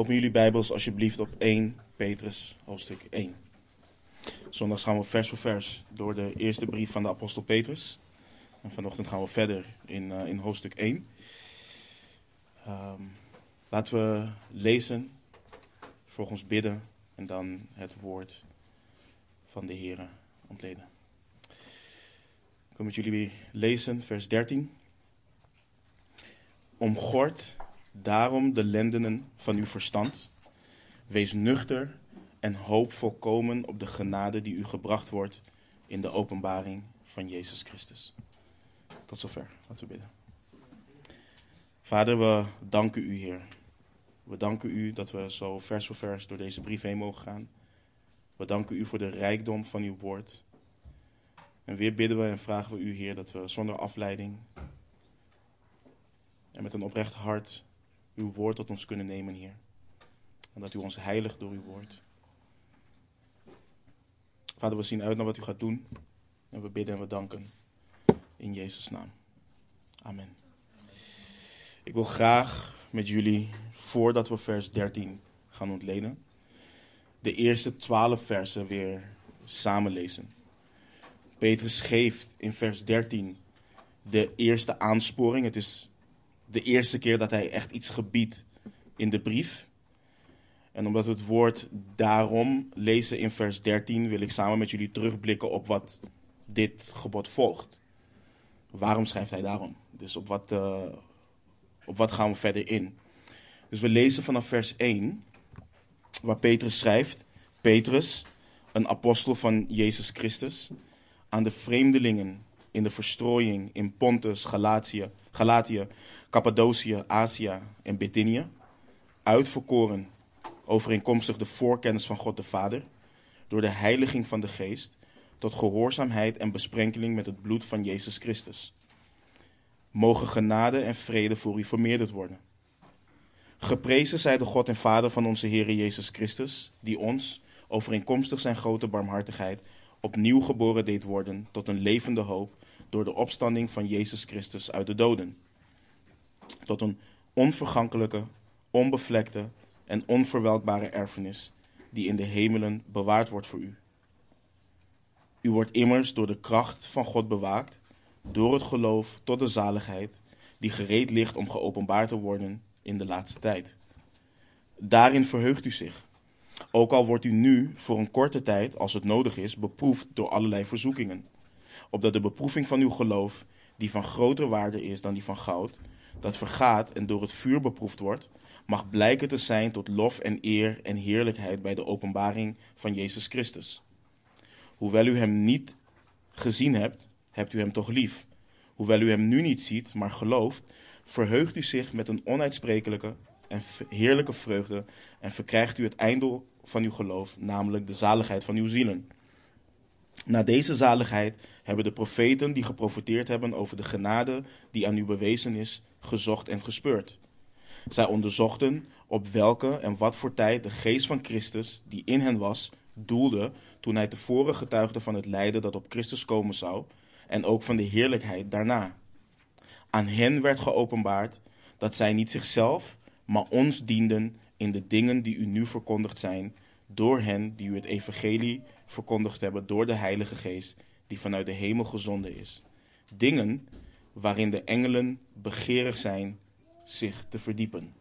Open jullie Bijbels alsjeblieft op 1 Petrus, hoofdstuk 1. Zondags gaan we vers voor vers door de eerste brief van de apostel Petrus. En vanochtend gaan we verder in hoofdstuk 1. Laten we lezen, vervolgens bidden en dan het woord van de Heere ontleden. Ik wil met jullie weer lezen, vers 13. Omgord daarom de lendenen van uw verstand. Wees nuchter en hoop volkomen op de genade die u gebracht wordt in de openbaring van Jezus Christus. Tot zover. Laten we bidden. Vader, we danken u, Heer. We danken u dat we zo vers voor vers door deze brief heen mogen gaan. We danken u voor de rijkdom van uw woord. En weer bidden we en vragen we u, Heer, dat we zonder afleiding en met een oprecht hart uw woord tot ons kunnen nemen, Heer. En dat u ons heiligt door uw woord. Vader, we zien uit naar wat u gaat doen. En we bidden en we danken. In Jezus' naam. Amen. Ik wil graag met jullie, voordat we vers 13 gaan ontleden, de eerste 12 versen weer samen lezen. Petrus geeft in vers 13 de eerste aansporing. Het is de eerste keer dat hij echt iets gebiedt in de brief. En omdat we het woord daarom lezen in vers 13, wil ik samen met jullie terugblikken op wat dit gebod volgt. Waarom schrijft hij daarom? Dus op wat gaan we verder in? Dus we lezen vanaf vers 1, waar Petrus schrijft: Petrus, een apostel van Jezus Christus, aan de vreemdelingen in de verstrooiing in Pontus, Galatië, Cappadocië, Azië en Bithynië, uitverkoren overeenkomstig de voorkennis van God de Vader, door de heiliging van de Geest, tot gehoorzaamheid en besprenkeling met het bloed van Jezus Christus. Mogen genade en vrede voor u vermeerderd worden. Geprezen zij de God en Vader van onze Heere Jezus Christus, die ons, overeenkomstig zijn grote barmhartigheid, opnieuw geboren deed worden tot een levende hoop door de opstanding van Jezus Christus uit de doden. Tot een onvergankelijke, onbevlekte en onverwelkbare erfenis die in de hemelen bewaard wordt voor u. U wordt immers door de kracht van God bewaakt, door het geloof tot de zaligheid die gereed ligt om geopenbaard te worden in de laatste tijd. Daarin verheugt u zich, ook al wordt u nu voor een korte tijd, als het nodig is, beproefd door allerlei verzoekingen, opdat de beproeving van uw geloof, die van groter waarde is dan die van goud, dat vergaat en door het vuur beproefd wordt, mag blijken te zijn tot lof en eer en heerlijkheid bij de openbaring van Jezus Christus. Hoewel u hem niet gezien hebt, hebt u hem toch lief. Hoewel u hem nu niet ziet, maar gelooft, verheugt u zich met een onuitsprekelijke en heerlijke vreugde en verkrijgt u het einddoel van uw geloof, namelijk de zaligheid van uw zielen. Na deze zaligheid hebben de profeten die geprofeteerd hebben over de genade die aan u bewezen is, gezocht en gespeurd. Zij onderzochten op welke en wat voor tijd de geest van Christus, die in hen was, doelde toen hij tevoren getuigde van het lijden dat op Christus komen zou en ook van de heerlijkheid daarna. Aan hen werd geopenbaard dat zij niet zichzelf, maar ons dienden in de dingen die u nu verkondigd zijn, door hen die u het evangelie verkondigd hebben door de Heilige Geest, die vanuit de hemel gezonden is. Dingen waarin de engelen begeerig zijn zich te verdiepen.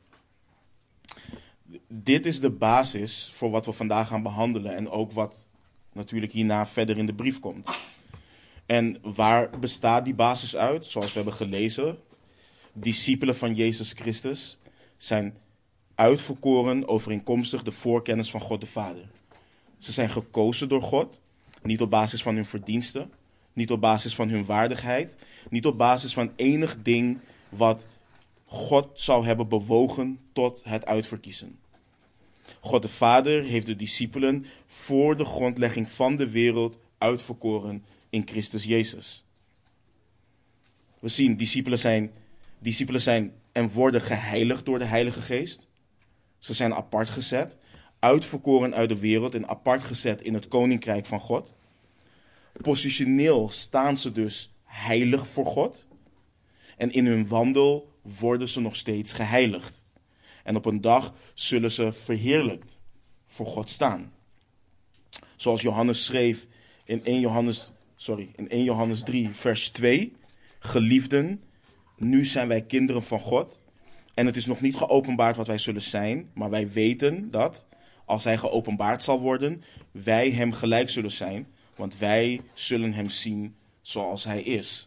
Dit is de basis voor wat we vandaag gaan behandelen en ook wat natuurlijk hierna verder in de brief komt. En waar bestaat die basis uit? Zoals we hebben gelezen, discipelen van Jezus Christus zijn uitverkoren overeenkomstig de voorkennis van God de Vader. Ze zijn gekozen door God, niet op basis van hun verdiensten, niet op basis van hun waardigheid, niet op basis van enig ding wat God zou hebben bewogen tot het uitverkiezen. God de Vader heeft de discipelen voor de grondlegging van de wereld uitverkoren in Christus Jezus. We zien, discipelen zijn en worden geheiligd door de Heilige Geest. Ze zijn apart gezet, uitverkoren uit de wereld en apart gezet in het koninkrijk van God. Positioneel staan ze dus heilig voor God. En in hun wandel worden ze nog steeds geheiligd. En op een dag zullen ze verheerlijkt voor God staan. Zoals Johannes schreef in 1 Johannes 3, vers 2. Geliefden, nu zijn wij kinderen van God. En het is nog niet geopenbaard wat wij zullen zijn. Maar wij weten dat, als hij geopenbaard zal worden, wij hem gelijk zullen zijn. Want wij zullen hem zien zoals hij is.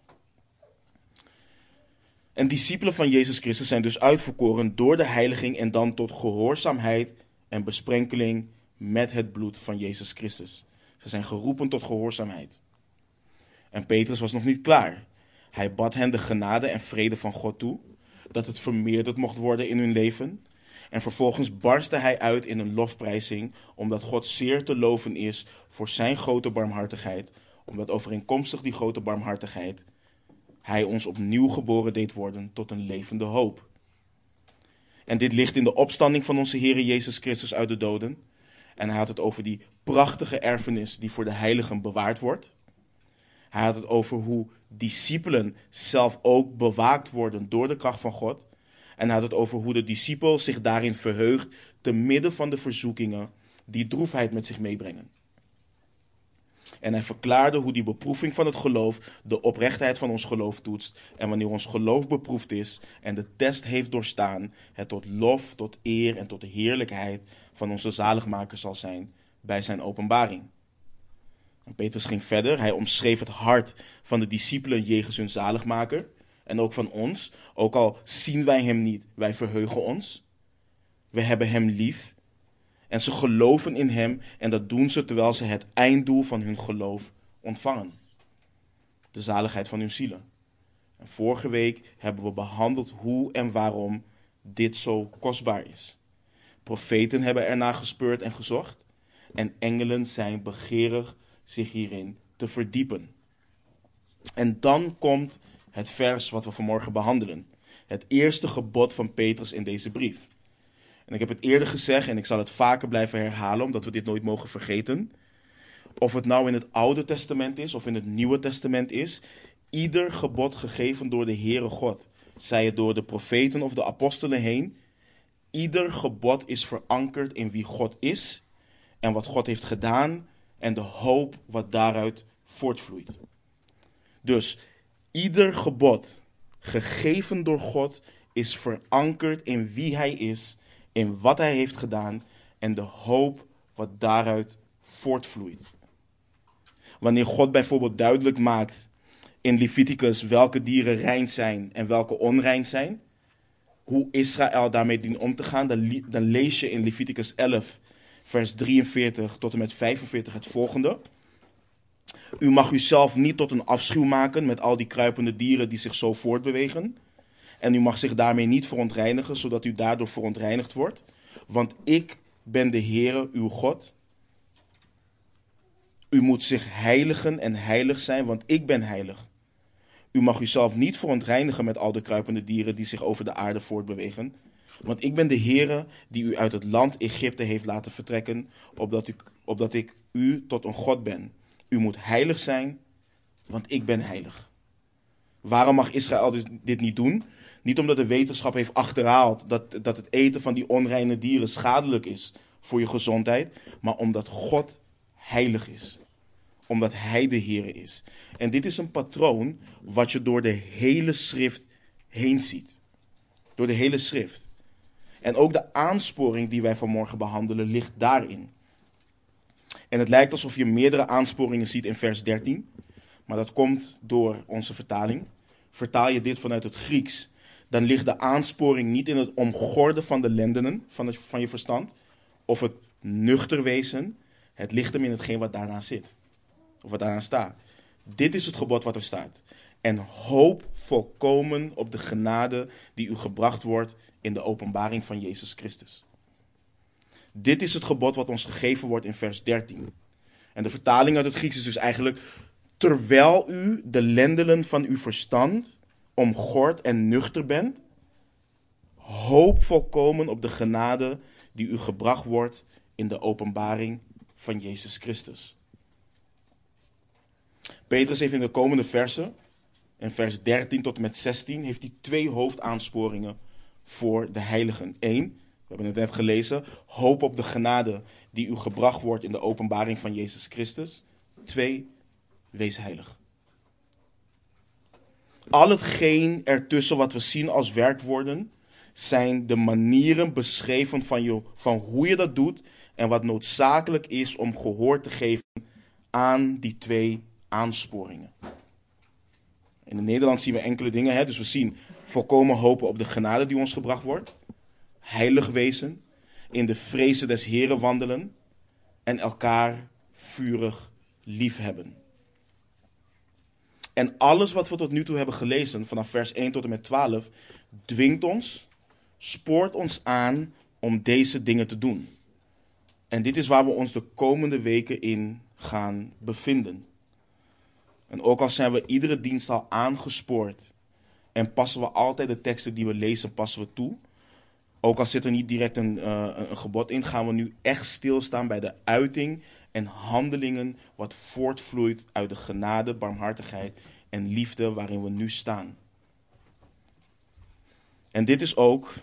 En discipelen van Jezus Christus zijn dus uitverkoren door de heiliging en dan tot gehoorzaamheid en besprenkeling met het bloed van Jezus Christus. Ze zijn geroepen tot gehoorzaamheid. En Petrus was nog niet klaar. Hij bad hen de genade en vrede van God toe, dat het vermeerderd mocht worden in hun leven. En vervolgens barstte hij uit in een lofprijzing, omdat God zeer te loven is voor zijn grote barmhartigheid, omdat overeenkomstig die grote barmhartigheid hij ons opnieuw geboren deed worden tot een levende hoop. En dit ligt in de opstanding van onze Heer Jezus Christus uit de doden. En hij had het over die prachtige erfenis die voor de heiligen bewaard wordt. Hij had het over hoe discipelen zelf ook bewaakt worden door de kracht van God. En hij had het over hoe de discipel zich daarin verheugt te midden van de verzoekingen die droefheid met zich meebrengen. En hij verklaarde hoe die beproeving van het geloof de oprechtheid van ons geloof toetst. En wanneer ons geloof beproefd is en de test heeft doorstaan, het tot lof, tot eer en tot de heerlijkheid van onze zaligmaker zal zijn bij zijn openbaring. En Petrus ging verder. Hij omschreef het hart van de discipelen jegens hun zaligmaker. En ook van ons. Ook al zien wij hem niet, wij verheugen ons. We hebben hem lief. En ze geloven in hem en dat doen ze terwijl ze het einddoel van hun geloof ontvangen. De zaligheid van hun zielen. En vorige week hebben we behandeld hoe en waarom dit zo kostbaar is. Profeten hebben ernaar gespeurd en gezocht. En engelen zijn begeerig zich hierin te verdiepen. En dan komt het vers wat we vanmorgen behandelen. Het eerste gebod van Petrus in deze brief. En ik heb het eerder gezegd en ik zal het vaker blijven herhalen, omdat we dit nooit mogen vergeten. Of het nou in het Oude Testament is of in het Nieuwe Testament is. Ieder gebod gegeven door de Heere God, zij het door de profeten of de apostelen heen. Ieder gebod is verankerd in wie God is en wat God heeft gedaan en de hoop wat daaruit voortvloeit. Dus ieder gebod gegeven door God is verankerd in wie hij is, in wat hij heeft gedaan en de hoop wat daaruit voortvloeit. Wanneer God bijvoorbeeld duidelijk maakt in Leviticus welke dieren rein zijn en welke onrein zijn, hoe Israël daarmee dient om te gaan, dan lees je in Leviticus 11, vers 43 tot en met 45 het volgende. U mag uzelf niet tot een afschuw maken met al die kruipende dieren die zich zo voortbewegen. En u mag zich daarmee niet verontreinigen, zodat u daardoor verontreinigd wordt. Want ik ben de Heere, uw God. U moet zich heiligen en heilig zijn, want ik ben heilig. U mag uzelf niet verontreinigen met al de kruipende dieren die zich over de aarde voortbewegen. Want ik ben de Heere die u uit het land Egypte heeft laten vertrekken, opdat ik u tot een God ben. U moet heilig zijn, want ik ben heilig. Waarom mag Israël dus dit niet doen? Niet omdat de wetenschap heeft achterhaald dat het eten van die onreine dieren schadelijk is voor je gezondheid, maar omdat God heilig is. Omdat hij de Heere is. En dit is een patroon wat je door de hele schrift heen ziet. Door de hele schrift. En ook de aansporing die wij vanmorgen behandelen ligt daarin. En het lijkt alsof je meerdere aansporingen ziet in vers 13. Maar dat komt door onze vertaling. Vertaal je dit vanuit het Grieks, dan ligt de aansporing niet in het omgorden van de lendenen van je verstand. Of het nuchter wezen. Het ligt hem in hetgeen wat daarna zit. Of wat daarna staat. Dit is het gebod wat er staat. En hoop volkomen op de genade die u gebracht wordt in de openbaring van Jezus Christus. Dit is het gebod wat ons gegeven wordt in vers 13. En de vertaling uit het Grieks is dus eigenlijk: terwijl u de lendenen van uw verstand omgord en nuchter bent, hoop volkomen op de genade die u gebracht wordt in de openbaring van Jezus Christus. Petrus heeft in de komende versen, in vers 13 tot en met 16, heeft hij 2 hoofdaansporingen voor de heiligen. 1, we hebben het net gelezen, hoop op de genade die u gebracht wordt in de openbaring van Jezus Christus. 2, wees heilig. Al hetgeen ertussen wat we zien als werkwoorden, zijn de manieren beschreven van hoe je dat doet en wat noodzakelijk is om gehoor te geven aan die 2 aansporingen. In het Nederlands zien we enkele dingen. Dus we zien volkomen hopen op de genade die ons gebracht wordt. Heilig wezen. In de vrezen des Heren wandelen. En elkaar vurig liefhebben. En alles wat we tot nu toe hebben gelezen, vanaf vers 1 tot en met 12, dwingt ons, spoort ons aan om deze dingen te doen. En dit is waar we ons de komende weken in gaan bevinden. En ook al zijn we iedere dienst al aangespoord en passen we altijd de teksten die we lezen, passen we toe. Ook al zit er niet direct een gebod in, gaan we nu echt stilstaan bij de uiting en handelingen wat voortvloeit uit de genade, barmhartigheid en liefde waarin we nu staan. En dit is ook,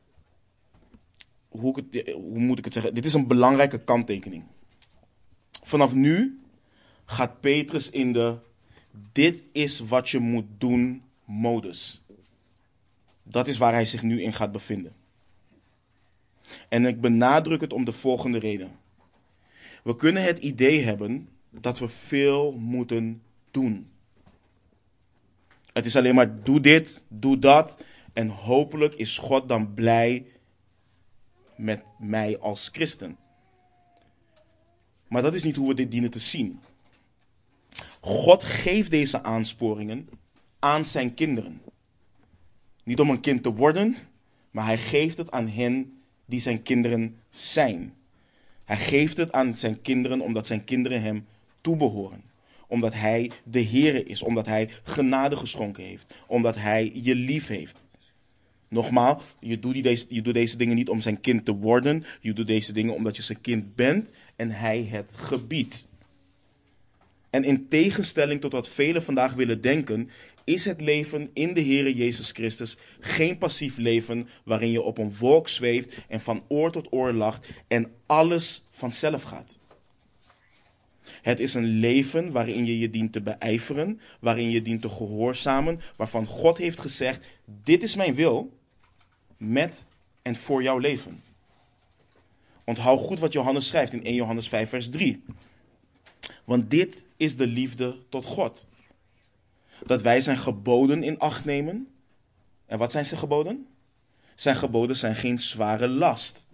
hoe moet ik het zeggen, dit is een belangrijke kanttekening. Vanaf nu gaat Petrus in de dit is wat je moet doen modus. Dat is waar hij zich nu in gaat bevinden. En ik benadruk het om de volgende reden. We kunnen het idee hebben dat we veel moeten doen. Het is alleen maar doe dit, doe dat. En hopelijk is God dan blij met mij als christen. Maar dat is niet hoe we dit dienen te zien. God geeft deze aansporingen aan zijn kinderen. Niet om een kind te worden, maar hij geeft het aan hen die zijn kinderen zijn. Hij geeft het aan zijn kinderen omdat zijn kinderen hem toebehoren. Omdat hij de Heere is, omdat hij genade geschonken heeft, omdat hij je lief heeft. Nogmaals, je doet deze dingen niet om zijn kind te worden. Je doet deze dingen omdat je zijn kind bent en hij het gebiedt. En in tegenstelling tot wat velen vandaag willen denken, is het leven in de Heere Jezus Christus geen passief leven waarin je op een wolk zweeft en van oor tot oor lacht en alles vanzelf gaat. Het is een leven waarin je je dient te beijveren, waarin je dient te gehoorzamen, waarvan God heeft gezegd, dit is mijn wil met en voor jouw leven. Onthoud goed wat Johannes schrijft in 1 Johannes 5 vers 3. Want dit is de liefde tot God. Dat wij zijn geboden in acht nemen. En wat zijn zijn geboden? Zijn geboden zijn geen zware last.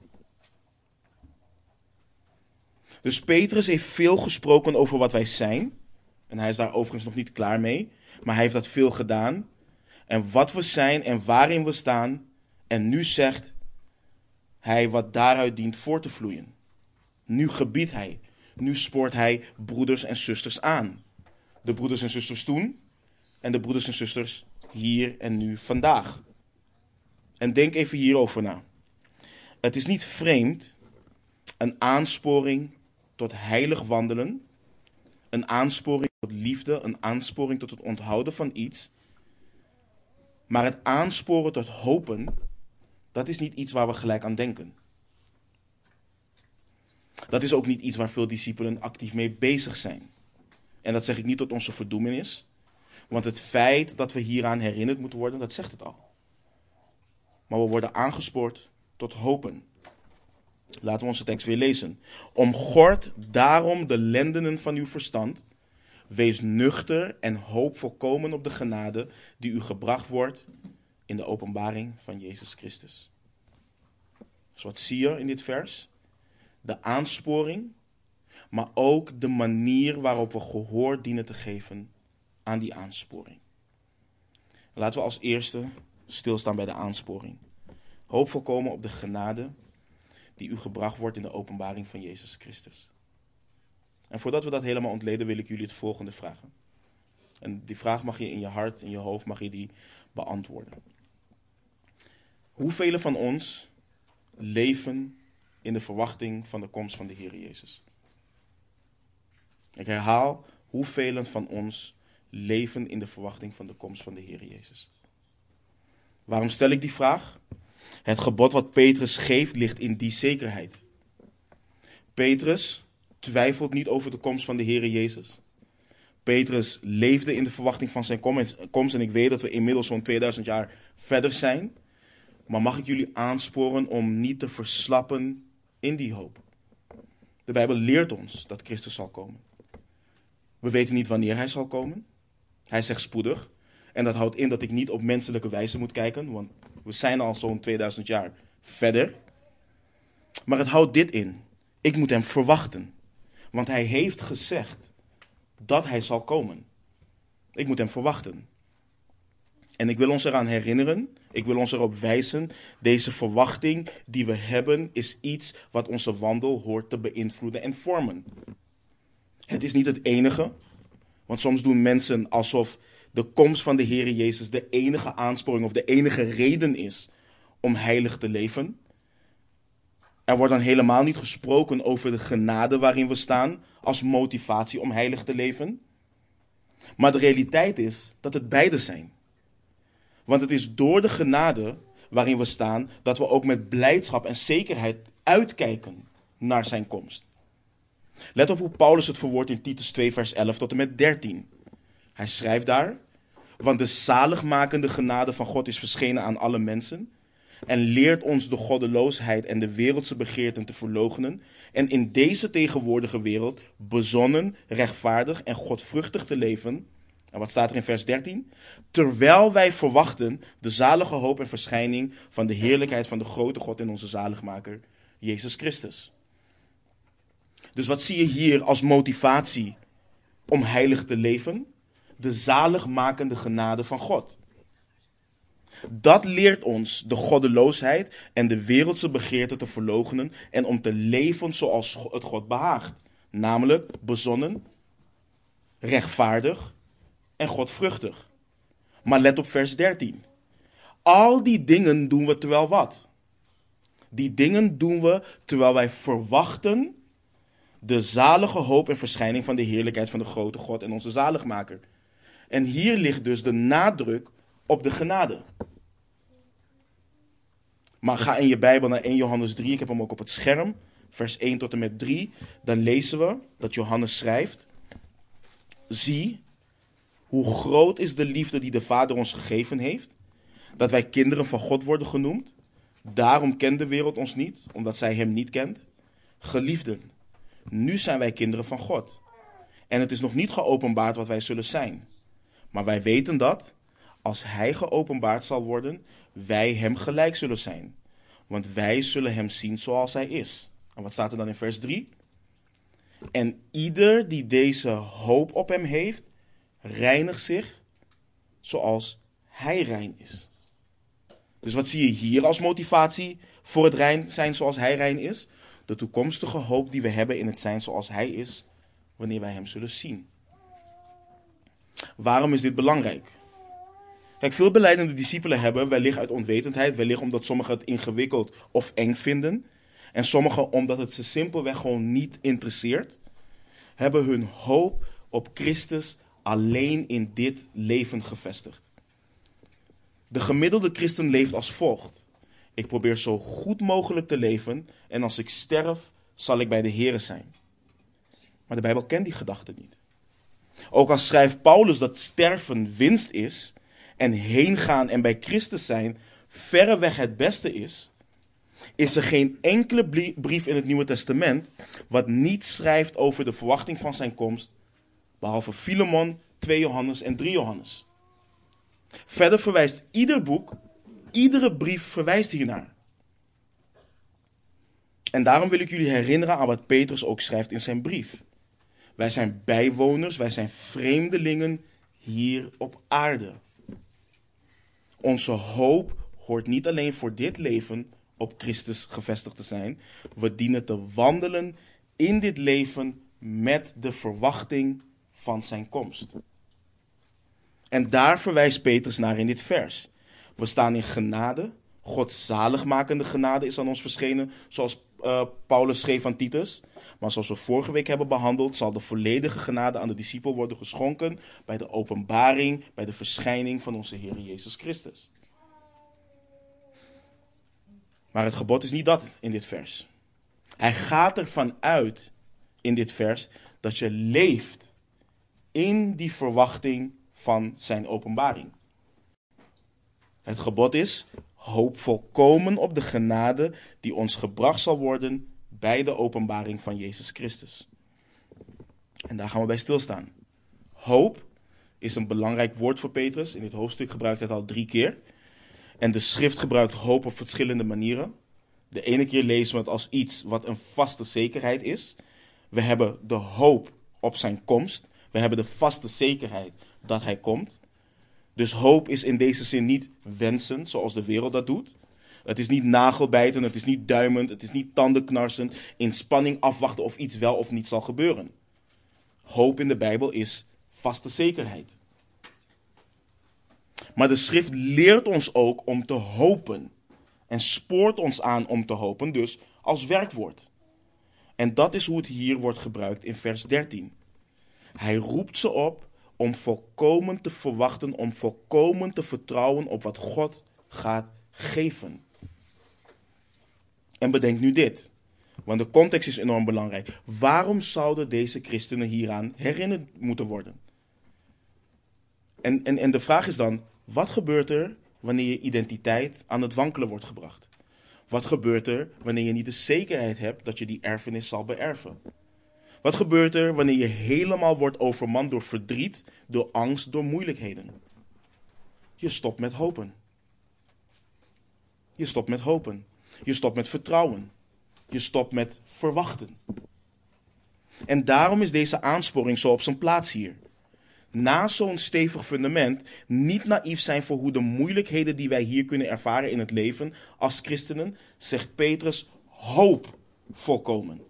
Dus Petrus heeft veel gesproken over wat wij zijn. En hij is daar overigens nog niet klaar mee. Maar hij heeft dat veel gedaan. En wat we zijn en waarin we staan. En nu zegt hij wat daaruit dient voor te vloeien. Nu gebiedt hij. Nu spoort hij broeders en zusters aan. De broeders en zusters toen. En de broeders en zusters hier en nu vandaag. En denk even hierover na. Het is niet vreemd, een aansporing tot heilig wandelen, een aansporing tot liefde, een aansporing tot het onthouden van iets. Maar het aansporen tot hopen, dat is niet iets waar we gelijk aan denken. Dat is ook niet iets waar veel discipelen actief mee bezig zijn. En dat zeg ik niet tot onze verdoemenis. Want het feit dat we hieraan herinnerd moeten worden, dat zegt het al. Maar we worden aangespoord tot hopen. Laten we onze tekst weer lezen. Omgord daarom de lendenen van uw verstand. Wees nuchter en hoop volkomen op de genade die u gebracht wordt in de openbaring van Jezus Christus. Dus wat zie je in dit vers? De aansporing, maar ook de manier waarop we gehoor dienen te geven aan die aansporing. Laten we als eerste stilstaan bij de aansporing. Hoop volkomen op de genade die u gebracht wordt in de openbaring van Jezus Christus. En voordat we dat helemaal ontleden, wil ik jullie het volgende vragen. En die vraag mag je in je hart, in je hoofd, mag je die beantwoorden. Hoeveel van ons leven in de verwachting van de komst van de Heer Jezus? Ik herhaal, hoeveel van ons leven in de verwachting van de komst van de Heer Jezus? Waarom stel ik die vraag? Het gebod wat Petrus geeft ligt in die zekerheid. Petrus twijfelt niet over de komst van de Heere Jezus. Petrus leefde in de verwachting van zijn komst en ik weet dat we inmiddels zo'n 2000 jaar verder zijn. Maar mag ik jullie aansporen om niet te verslappen in die hoop? De Bijbel leert ons dat Christus zal komen. We weten niet wanneer hij zal komen. Hij zegt spoedig. En dat houdt in dat ik niet op menselijke wijze moet kijken, want we zijn al zo'n 2000 jaar verder. Maar het houdt dit in. Ik moet hem verwachten. Want hij heeft gezegd dat hij zal komen. Ik moet hem verwachten. En ik wil ons eraan herinneren, ik wil ons erop wijzen, deze verwachting die we hebben is iets wat onze wandel hoort te beïnvloeden en vormen. Het is niet het enige, want soms doen mensen alsof de komst van de Heere Jezus de enige aansporing of de enige reden is om heilig te leven. Er wordt dan helemaal niet gesproken over de genade waarin we staan als motivatie om heilig te leven. Maar de realiteit is dat het beide zijn. Want het is door de genade waarin we staan dat we ook met blijdschap en zekerheid uitkijken naar zijn komst. Let op hoe Paulus het verwoordt in Titus 2 vers 11 tot en met 13. Hij schrijft daar: want de zaligmakende genade van God is verschenen aan alle mensen en leert ons de goddeloosheid en de wereldse begeerten te verloochenen en in deze tegenwoordige wereld bezonnen, rechtvaardig en godvruchtig te leven. En wat staat er in vers 13? Terwijl wij verwachten de zalige hoop en verschijning van de heerlijkheid van de grote God en onze zaligmaker, Jezus Christus. Dus wat zie je hier als motivatie om heilig te leven? De zaligmakende genade van God. Dat leert ons de goddeloosheid en de wereldse begeerte te verloochenen en om te leven zoals het God behaagt. Namelijk bezonnen, rechtvaardig en godvruchtig. Maar let op vers 13. Al die dingen doen we terwijl wat? Die dingen doen we terwijl wij verwachten de zalige hoop en verschijning van de heerlijkheid van de grote God en onze zaligmaker. En hier ligt dus de nadruk op de genade. Maar ga in je Bijbel naar 1 Johannes 3, ik heb hem ook op het scherm, vers 1 tot en met 3. Dan lezen we dat Johannes schrijft: zie, hoe groot is de liefde die de Vader ons gegeven heeft, dat wij kinderen van God worden genoemd. Daarom kent de wereld ons niet, omdat zij hem niet kent. Geliefden, nu zijn wij kinderen van God. En het is nog niet geopenbaard wat wij zullen zijn. Maar wij weten dat, als hij geopenbaard zal worden, wij hem gelijk zullen zijn. Want wij zullen hem zien zoals hij is. En wat staat er dan in vers 3? En ieder die deze hoop op hem heeft, reinigt zich zoals hij rein is. Dus wat zie je hier als motivatie voor het rein zijn zoals hij rein is? De toekomstige hoop die we hebben in het zijn zoals hij is, wanneer wij hem zullen zien. Waarom is dit belangrijk? Kijk, veel belijdende discipelen hebben, wellicht uit onwetendheid, wellicht omdat sommigen het ingewikkeld of eng vinden, en sommigen omdat het ze simpelweg gewoon niet interesseert, hebben hun hoop op Christus alleen in dit leven gevestigd. De gemiddelde christen leeft als volgt: ik probeer zo goed mogelijk te leven en als ik sterf, zal ik bij de Here zijn. Maar de Bijbel kent die gedachte niet. Ook al schrijft Paulus dat sterven winst is en heen gaan en bij Christus zijn verreweg het beste is er geen enkele brief in het Nieuwe Testament wat niet schrijft over de verwachting van zijn komst, behalve Filemon, 2 Johannes en 3 Johannes. Verder verwijst ieder boek, iedere brief verwijst hiernaar. En daarom wil ik jullie herinneren aan wat Petrus ook schrijft in zijn brief. Wij zijn bijwoners, wij zijn vreemdelingen hier op aarde. Onze hoop hoort niet alleen voor dit leven op Christus gevestigd te zijn. We dienen te wandelen in dit leven met de verwachting van zijn komst. En daar verwijst Petrus naar in dit vers. We staan in genade. Gods zaligmakende genade is aan ons verschenen, zoals Paulus schreef aan Titus. Maar zoals we vorige week hebben behandeld, zal de volledige genade aan de discipel worden geschonken bij de openbaring, bij de verschijning van onze Heer Jezus Christus. Maar het gebod is niet dat in dit vers. Hij gaat ervan uit in dit vers dat je leeft in die verwachting van zijn openbaring. Het gebod is: hoop volkomen op de genade die ons gebracht zal worden bij de openbaring van Jezus Christus. En daar gaan we bij stilstaan. Hoop is een belangrijk woord voor Petrus. In dit hoofdstuk gebruikt hij het al 3 keer. En de schrift gebruikt hoop op verschillende manieren. De ene keer lezen we het als iets wat een vaste zekerheid is. We hebben de hoop op zijn komst. We hebben de vaste zekerheid dat hij komt. Dus hoop is in deze zin niet wensen, zoals de wereld dat doet. Het is niet nagelbijten, het is niet duimend, het is niet tandenknarsen, in spanning afwachten of iets wel of niet zal gebeuren. Hoop in de Bijbel is vaste zekerheid. Maar de schrift leert ons ook om te hopen. En spoort ons aan om te hopen, dus als werkwoord. En dat is hoe het hier wordt gebruikt in vers 13. Hij roept ze op om volkomen te verwachten, om volkomen te vertrouwen op wat God gaat geven. En bedenk nu dit, want de context is enorm belangrijk. Waarom zouden deze christenen hieraan herinnerd moeten worden? En de vraag is dan, wat gebeurt er wanneer je identiteit aan het wankelen wordt gebracht? Wat gebeurt er wanneer je niet de zekerheid hebt dat je die erfenis zal beërven? Wat gebeurt er wanneer je helemaal wordt overmand door verdriet, door angst, door moeilijkheden? Je stopt met hopen. Je stopt met hopen. Je stopt met vertrouwen. Je stopt met verwachten. En daarom is deze aansporing zo op zijn plaats hier. Na zo'n stevig fundament niet naïef zijn voor hoe de moeilijkheden die wij hier kunnen ervaren in het leven als christenen, zegt Petrus, hoop volkomen.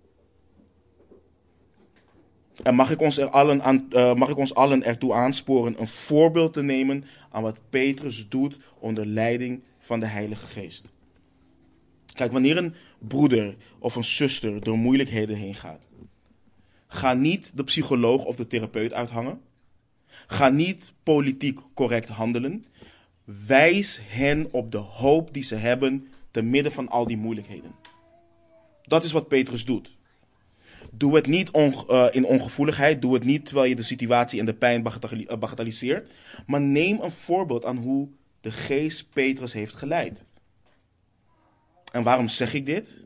En mag ik ons allen ertoe aansporen een voorbeeld te nemen aan wat Petrus doet onder leiding van de Heilige Geest. Kijk, wanneer een broeder of een zuster door moeilijkheden heen gaat, ga niet de psycholoog of de therapeut uithangen. Ga niet politiek correct handelen. Wijs hen op de hoop die ze hebben te midden van al die moeilijkheden. Dat is wat Petrus doet. Doe het niet in ongevoeligheid. Doe het niet terwijl je de situatie en de pijn bagatelliseert. Maar neem een voorbeeld aan hoe de Geest Petrus heeft geleid. En waarom zeg ik dit?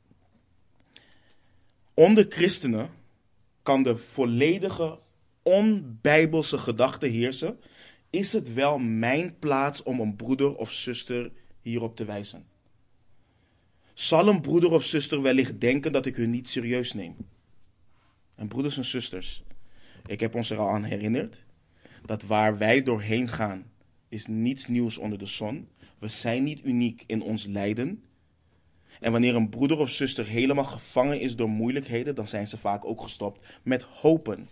Onder christenen kan de volledige onbijbelse gedachte heersen. Is het wel mijn plaats om een broeder of zuster hierop te wijzen? Zal een broeder of zuster wellicht denken dat ik hun niet serieus neem? En broeders en zusters, ik heb ons er al aan herinnerd dat waar wij doorheen gaan is niets nieuws onder de zon. We zijn niet uniek in ons lijden. En wanneer een broeder of zuster helemaal gevangen is door moeilijkheden, dan zijn ze vaak ook gestopt met hopen.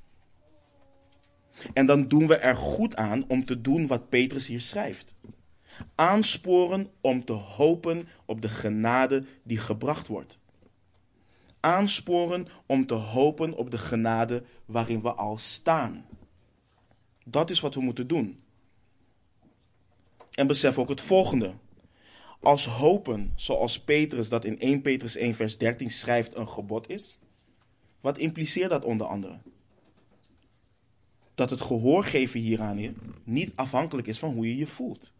En dan doen we er goed aan om te doen wat Petrus hier schrijft. Aansporen om te hopen op de genade die gebracht wordt. Aansporen om te hopen op de genade waarin we al staan. Dat is wat we moeten doen. En besef ook het volgende. Als hopen, zoals Petrus dat in 1 Petrus 1 vers 13 schrijft, een gebod is, wat impliceert dat onder andere? Dat het gehoor geven hieraan niet afhankelijk is van hoe je je voelt.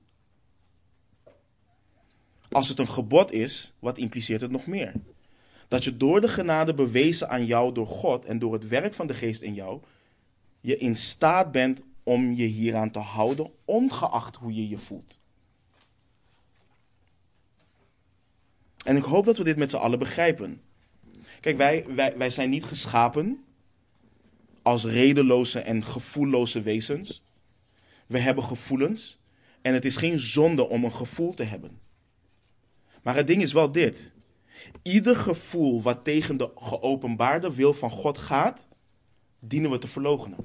Als het een gebod is, wat impliceert het nog meer? Dat je door de genade bewezen aan jou door God en door het werk van de Geest in jou, je in staat bent om je hieraan te houden, ongeacht hoe je je voelt. En ik hoop dat we dit met z'n allen begrijpen. Kijk, wij zijn niet geschapen als redeloze en gevoelloze wezens. We hebben gevoelens en het is geen zonde om een gevoel te hebben. Maar het ding is wel dit. Ieder gevoel wat tegen de geopenbaarde wil van God gaat, dienen we te verloochenen.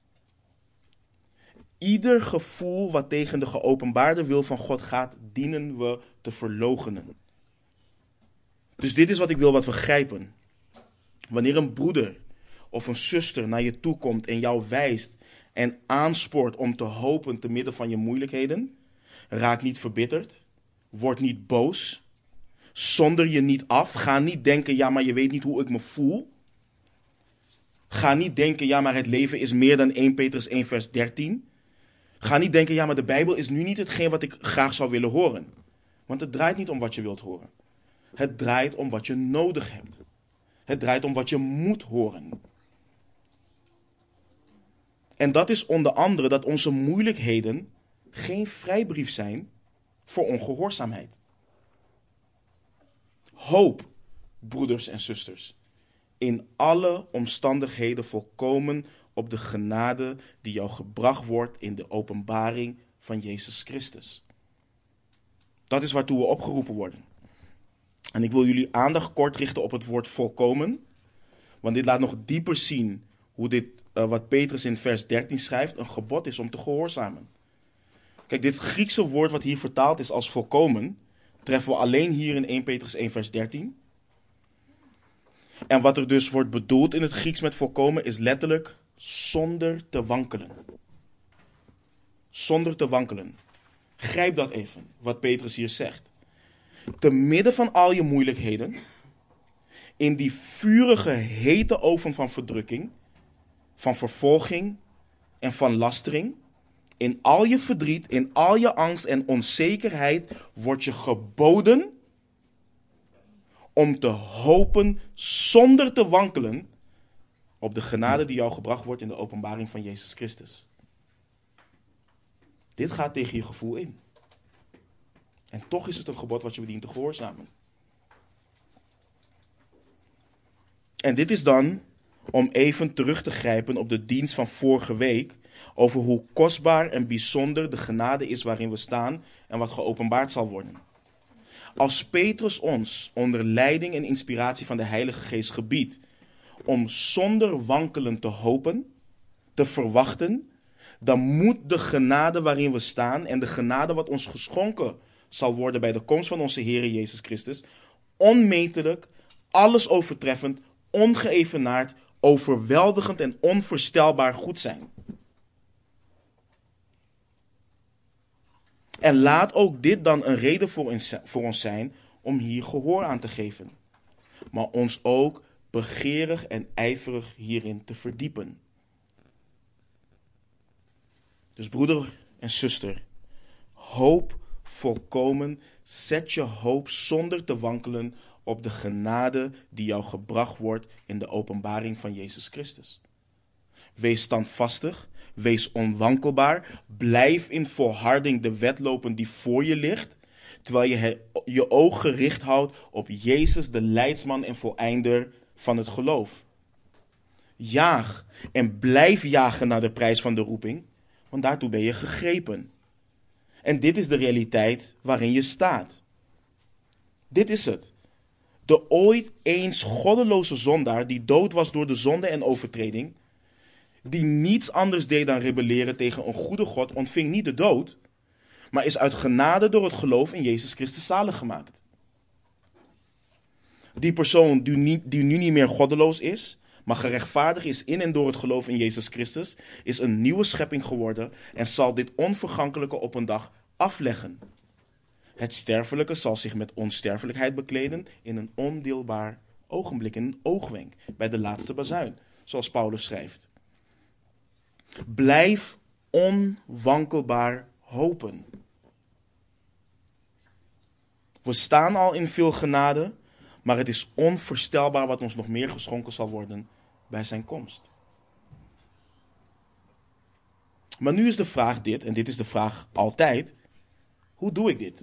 Ieder gevoel wat tegen de geopenbaarde wil van God gaat, dienen we te verloochenen. Dus dit is wat ik wil wat we grijpen. Wanneer een broeder of een zuster naar je toe komt en jou wijst en aanspoort om te hopen te midden van je moeilijkheden, raak niet verbitterd, Word niet boos. Zonder je niet af. Ga niet denken, ja, maar je weet niet hoe ik me voel. Ga niet denken, ja, maar het leven is meer dan 1 Petrus 1 vers 13. Ga niet denken, ja, maar de Bijbel is nu niet hetgeen wat ik graag zou willen horen. Want het draait niet om wat je wilt horen. Het draait om wat je nodig hebt. Het draait om wat je moet horen. En dat is onder andere dat onze moeilijkheden geen vrijbrief zijn voor ongehoorzaamheid. Hoop, broeders en zusters, in alle omstandigheden volkomen op de genade die jou gebracht wordt in de openbaring van Jezus Christus. Dat is waartoe we opgeroepen worden. En ik wil jullie aandacht kort richten op het woord volkomen, want dit laat nog dieper zien hoe dit, wat Petrus in vers 13 schrijft, een gebod is om te gehoorzamen. Kijk, dit Griekse woord wat hier vertaald is als volkomen, treffen we alleen hier in 1 Petrus 1 vers 13. En wat er dus wordt bedoeld in het Grieks met volkomen is letterlijk zonder te wankelen. Zonder te wankelen. Grijp dat even, wat Petrus hier zegt. Te midden van al je moeilijkheden, in die vurige, hete oven van verdrukking, van vervolging en van lastering, in al je verdriet, in al je angst en onzekerheid, wordt je geboden om te hopen zonder te wankelen op de genade die jou gebracht wordt in de openbaring van Jezus Christus. Dit gaat tegen je gevoel in. En toch is het een gebod wat je dient te gehoorzamen. En dit is dan om even terug te grijpen op de dienst van vorige week over hoe kostbaar en bijzonder de genade is waarin we staan en wat geopenbaard zal worden. Als Petrus ons onder leiding en inspiratie van de Heilige Geest gebiedt om zonder wankelen te hopen, te verwachten, dan moet de genade waarin we staan en de genade wat ons geschonken zal worden bij de komst van onze Heer Jezus Christus onmetelijk, alles overtreffend, ongeëvenaard, overweldigend en onvoorstelbaar goed zijn. En laat ook dit dan een reden voor ons zijn om hier gehoor aan te geven. Maar ons ook begeerig en ijverig hierin te verdiepen. Dus broeder en zuster, hoop volkomen, zet je hoop zonder te wankelen op de genade die jou gebracht wordt in de openbaring van Jezus Christus. Wees standvastig, wees onwankelbaar, blijf in volharding de wedlopen die voor je ligt, terwijl je je oog gericht houdt op Jezus, de leidsman en voleinder van het geloof. Jaag en blijf jagen naar de prijs van de roeping, want daartoe ben je gegrepen. En dit is de realiteit waarin je staat. Dit is het. De ooit eens goddeloze zondaar die dood was door de zonde en overtreding, die niets anders deed dan rebelleren tegen een goede God, ontving niet de dood, maar is uit genade door het geloof in Jezus Christus zalig gemaakt. Die persoon die nu niet meer goddeloos is, maar gerechtvaardigd is in en door het geloof in Jezus Christus, is een nieuwe schepping geworden en zal dit onvergankelijke op een dag afleggen. Het sterfelijke zal zich met onsterfelijkheid bekleden in een ondeelbaar ogenblik, in een oogwenk, bij de laatste bazuin, zoals Paulus schrijft. Blijf onwankelbaar hopen. We staan al in veel genade, maar het is onvoorstelbaar wat ons nog meer geschonken zal worden bij zijn komst. Maar nu is de vraag dit, en dit is de vraag altijd: hoe doe ik dit?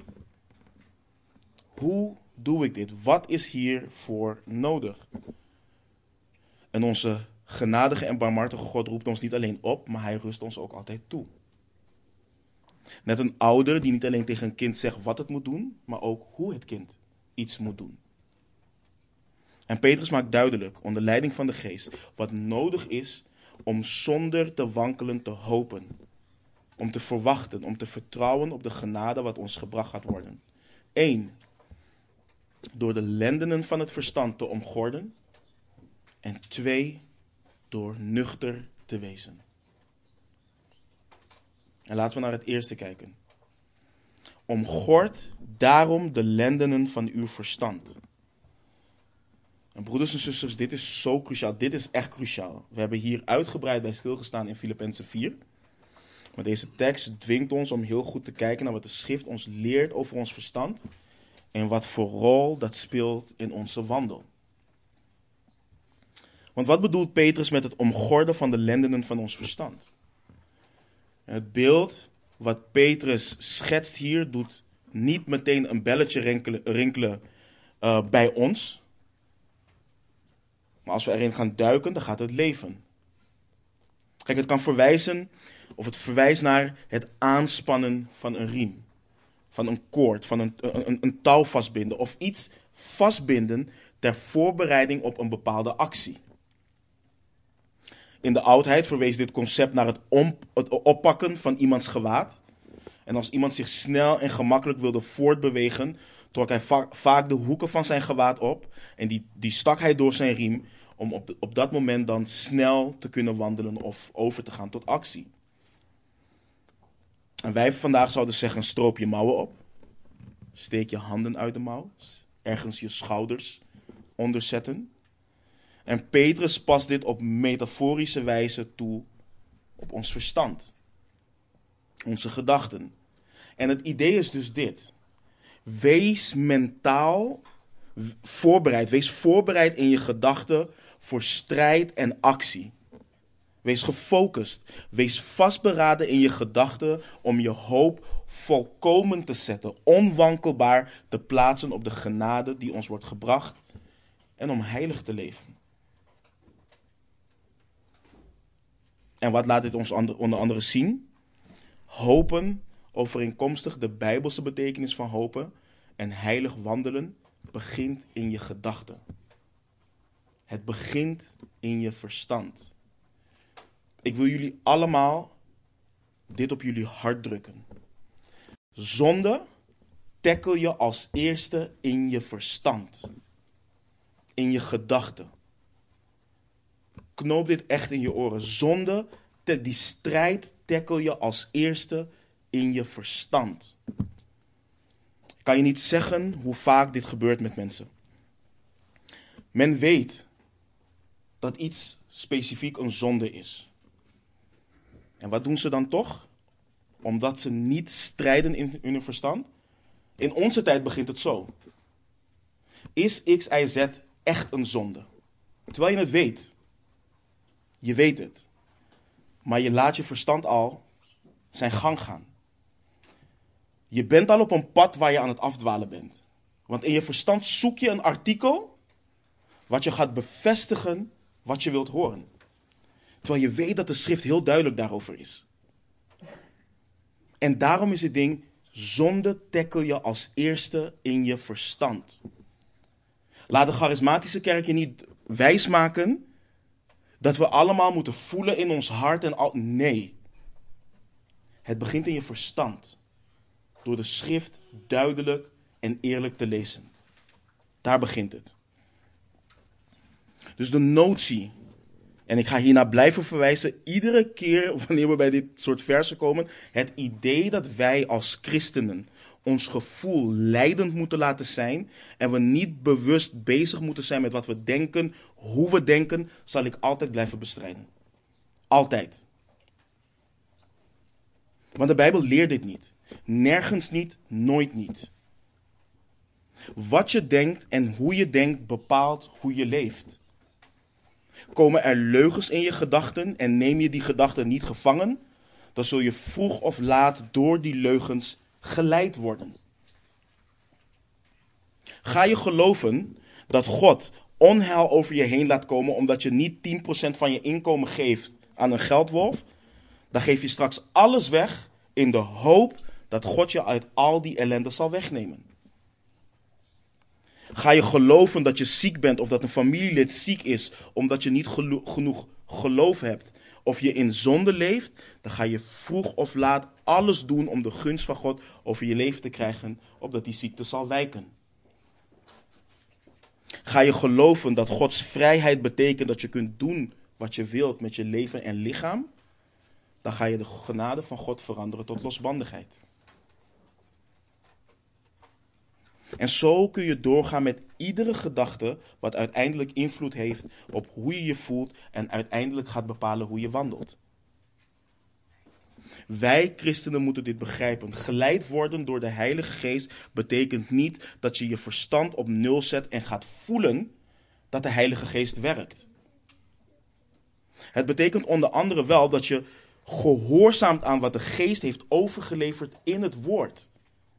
Hoe doe ik dit? Wat is hiervoor nodig? En onze genadige en barmhartige God roept ons niet alleen op, maar hij rust ons ook altijd toe. Net een ouder die niet alleen tegen een kind zegt wat het moet doen, maar ook hoe het kind iets moet doen. En Petrus maakt duidelijk, onder leiding van de Geest, wat nodig is om zonder te wankelen te hopen. Om te verwachten, om te vertrouwen op de genade wat ons gebracht gaat worden. 1. Door de lendenen van het verstand te omgorden. En 2. Door nuchter te wezen. En laten we naar het eerste kijken. Omgord daarom de lendenen van uw verstand. En broeders en zusters, dit is zo cruciaal. Dit is echt cruciaal. We hebben hier uitgebreid bij stilgestaan in Filippenzen 4. Maar deze tekst dwingt ons om heel goed te kijken naar wat de schrift ons leert over ons verstand. En wat voor rol dat speelt in onze wandel. Want wat bedoelt Petrus met het omgorden van de lendenen van ons verstand? En het beeld wat Petrus schetst hier doet niet meteen een belletje rinkelen bij ons. Maar als we erin gaan duiken, dan gaat het leven. Kijk, het kan verwijzen, of het verwijst naar het aanspannen van een riem. Van een koord, van een touw vastbinden. Of iets vastbinden ter voorbereiding op een bepaalde actie. In de oudheid verwees dit concept naar het oppakken van iemands gewaad. En als iemand zich snel en gemakkelijk wilde voortbewegen, trok hij vaak de hoeken van zijn gewaad op. En die stak hij door zijn riem om op dat moment dan snel te kunnen wandelen of over te gaan tot actie. En wij vandaag zouden zeggen, stroop je mouwen op. Steek je handen uit de mouw. Ergens je schouders onderzetten. En Petrus past dit op metaforische wijze toe op ons verstand. Onze gedachten. En het idee is dus dit. Wees mentaal voorbereid. Wees voorbereid in je gedachten voor strijd en actie. Wees gefocust. Wees vastberaden in je gedachten om je hoop volkomen te zetten. Onwankelbaar te plaatsen op de genade die ons wordt gebracht. En om heilig te leven. En wat laat dit ons onder andere zien? Hopen, overeenkomstig de Bijbelse betekenis van hopen en heilig wandelen, begint in je gedachten. Het begint in je verstand. Ik wil jullie allemaal dit op jullie hart drukken. Zonde tackle je als eerste in je verstand. In je gedachten. Knoop dit echt in je oren. Zonde, die strijd tackle je als eerste in je verstand. Kan je niet zeggen hoe vaak dit gebeurt met mensen. Men weet dat iets specifiek een zonde is. En wat doen ze dan toch? Omdat ze niet strijden in hun verstand. In onze tijd begint het zo. Is X, Y, Z echt een zonde? Terwijl je het weet. Je weet het. Maar je laat je verstand al zijn gang gaan. Je bent al op een pad waar je aan het afdwalen bent. Want in je verstand zoek je een artikel wat je gaat bevestigen wat je wilt horen. Terwijl je weet dat de schrift heel duidelijk daarover is. En daarom is het ding, zonde tackle je als eerste in je verstand. Laat de charismatische kerk je niet wijsmaken dat we allemaal moeten voelen in ons hart en al. Nee. Het begint in je verstand. Door de schrift duidelijk en eerlijk te lezen. Daar begint het. Dus de notie. En ik ga hiernaar blijven verwijzen. Iedere keer wanneer we bij dit soort versen komen. Het idee dat wij als christenen ons gevoel leidend moeten laten zijn. En we niet bewust bezig moeten zijn met wat we denken. Hoe we denken. Zal ik altijd blijven bestrijden. Altijd. Want de Bijbel leert dit niet. Nergens niet, nooit niet. Wat je denkt en hoe je denkt bepaalt hoe je leeft. Komen er leugens in je gedachten en neem je die gedachten niet gevangen, dan zul je vroeg of laat door die leugens geleid worden. Ga je geloven dat God onheil over je heen laat komen omdat je niet 10% van je inkomen geeft aan een geldwolf, dan geef je straks alles weg in de hoop dat God je uit al die ellende zal wegnemen. Ga je geloven dat je ziek bent of dat een familielid ziek is omdat je niet genoeg geloof hebt of je in zonde leeft, dan ga je vroeg of laat alles doen om de gunst van God over je leven te krijgen, opdat die ziekte zal wijken. Ga je geloven dat Gods vrijheid betekent dat je kunt doen wat je wilt met je leven en lichaam, dan ga je de genade van God veranderen tot losbandigheid. En zo kun je doorgaan met iedere gedachte, wat uiteindelijk invloed heeft op hoe je je voelt en uiteindelijk gaat bepalen hoe je wandelt. Wij christenen moeten dit begrijpen. Geleid worden door de Heilige Geest betekent niet dat je je verstand op nul zet en gaat voelen dat de Heilige Geest werkt. Het betekent onder andere wel dat je gehoorzaamt aan wat de Geest heeft overgeleverd in het woord.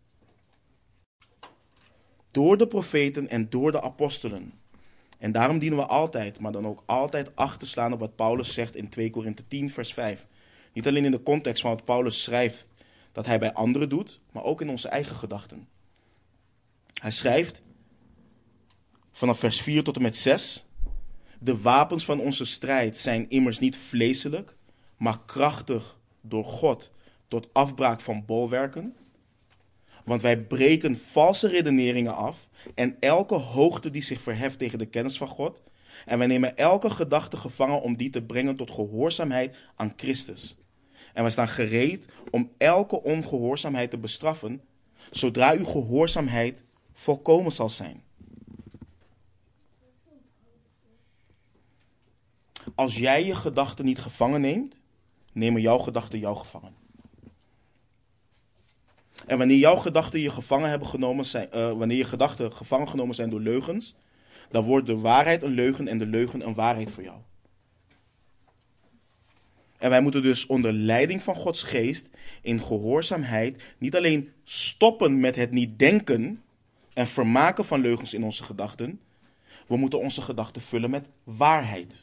Door de profeten en door de apostelen. En daarom dienen we altijd, maar dan ook altijd acht te slaan op wat Paulus zegt in 2 Korinthe 10 vers 5. Niet alleen in de context van wat Paulus schrijft dat hij bij anderen doet, maar ook in onze eigen gedachten. Hij schrijft vanaf vers 4 tot en met 6. De wapens van onze strijd zijn immers niet vleeselijk, maar krachtig door God tot afbraak van bolwerken. Want wij breken valse redeneringen af en elke hoogte die zich verheft tegen de kennis van God. En wij nemen elke gedachte gevangen om die te brengen tot gehoorzaamheid aan Christus. En wij staan gereed om elke ongehoorzaamheid te bestraffen, zodra uw gehoorzaamheid volkomen zal zijn. Als jij je gedachten niet gevangen neemt, nemen jouw gedachten jou gevangen. En wanneer jouw gedachten je gevangen hebben genomen zijn, wanneer je gedachten gevangen genomen zijn door leugens, dan wordt de waarheid een leugen en de leugen een waarheid voor jou. En wij moeten dus onder leiding van Gods geest in gehoorzaamheid niet alleen stoppen met het niet denken en vermaken van leugens in onze gedachten. We moeten onze gedachten vullen met waarheid.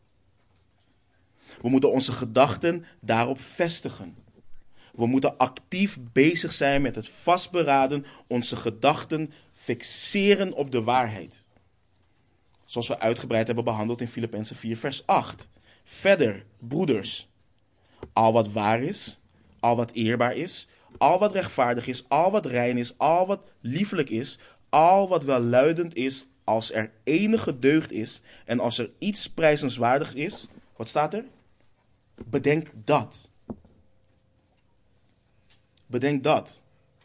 We moeten onze gedachten daarop vestigen. We moeten actief bezig zijn met het vastberaden, onze gedachten fixeren op de waarheid. Zoals we uitgebreid hebben behandeld in Filippenzen 4 vers 8. Verder, broeders, al wat waar is, al wat eerbaar is, al wat rechtvaardig is, al wat rein is, al wat liefelijk is, al wat welluidend is, als er enige deugd is en als er iets prijzenswaardigs is, wat staat er? Bedenk dat. Bedenk dat.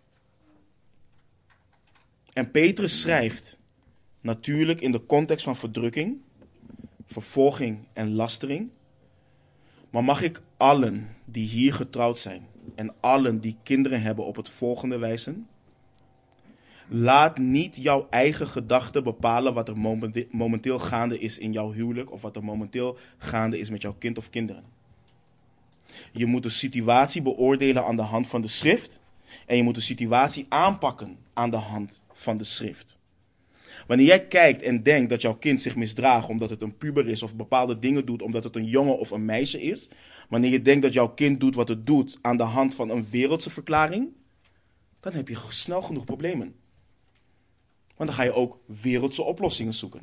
En Petrus schrijft, natuurlijk in de context van verdrukking, vervolging en lastering. Maar mag ik allen die hier getrouwd zijn en allen die kinderen hebben op het volgende wijzen? Laat niet jouw eigen gedachten bepalen wat er momenteel gaande is in jouw huwelijk of wat er momenteel gaande is met jouw kind of kinderen. Je moet de situatie beoordelen aan de hand van de schrift en je moet de situatie aanpakken aan de hand van de schrift. Wanneer jij kijkt en denkt dat jouw kind zich misdraagt omdat het een puber is of bepaalde dingen doet omdat het een jongen of een meisje is, wanneer je denkt dat jouw kind doet wat het doet aan de hand van een wereldse verklaring, dan heb je snel genoeg problemen. Want dan ga je ook wereldse oplossingen zoeken.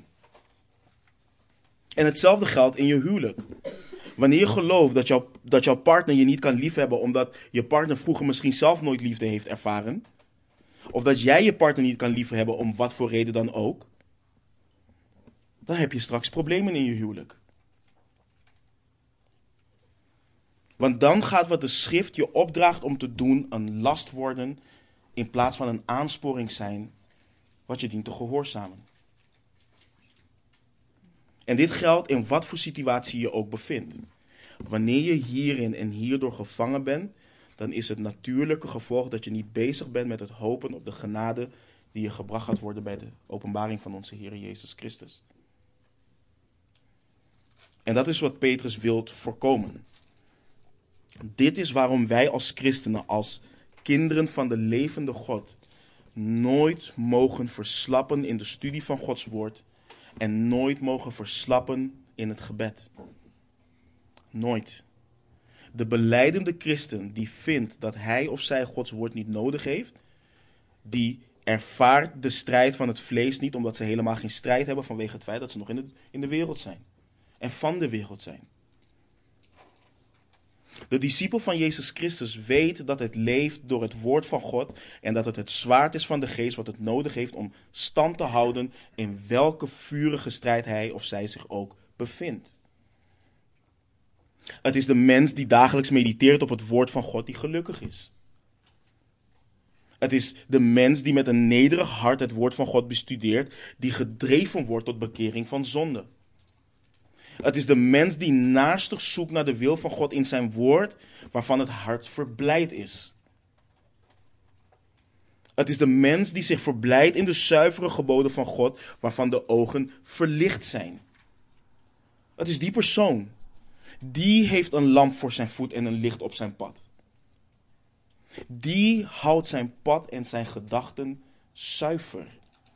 En hetzelfde geldt in je huwelijk. Wanneer je gelooft dat jouw partner je niet kan liefhebben omdat je partner vroeger misschien zelf nooit liefde heeft ervaren, of dat jij je partner niet kan liefhebben om wat voor reden dan ook, dan heb je straks problemen in je huwelijk. Want dan gaat wat de schrift je opdraagt om te doen een last worden in plaats van een aansporing zijn wat je dient te gehoorzamen. En dit geldt in wat voor situatie je ook bevindt. Wanneer je hierin en hierdoor gevangen bent, dan is het natuurlijke gevolg dat je niet bezig bent met het hopen op de genade die je gebracht gaat worden bij de openbaring van onze Heer Jezus Christus. En dat is wat Petrus wilt voorkomen. Dit is waarom wij als christenen, als kinderen van de levende God, nooit mogen verslappen in de studie van Gods woord en nooit mogen verslappen in het gebed. Nooit. De belijdende christen die vindt dat hij of zij Gods woord niet nodig heeft, die ervaart de strijd van het vlees niet, omdat ze helemaal geen strijd hebben vanwege het feit dat ze nog in de wereld zijn. En van de wereld zijn. De discipel van Jezus Christus weet dat het leeft door het woord van God en dat het zwaard is van de geest wat het nodig heeft om stand te houden in welke vurige strijd hij of zij zich ook bevindt. Het is de mens die dagelijks mediteert op het woord van God die gelukkig is. Het is de mens die met een nederig hart het woord van God bestudeert, die gedreven wordt tot bekering van zonde. Het is de mens die naarstig zoekt naar de wil van God in zijn woord, waarvan het hart verblijd is. Het is de mens die zich verblijdt in de zuivere geboden van God, waarvan de ogen verlicht zijn. Het is die persoon. Die heeft een lamp voor zijn voet en een licht op zijn pad. Die houdt zijn pad en zijn gedachten zuiver.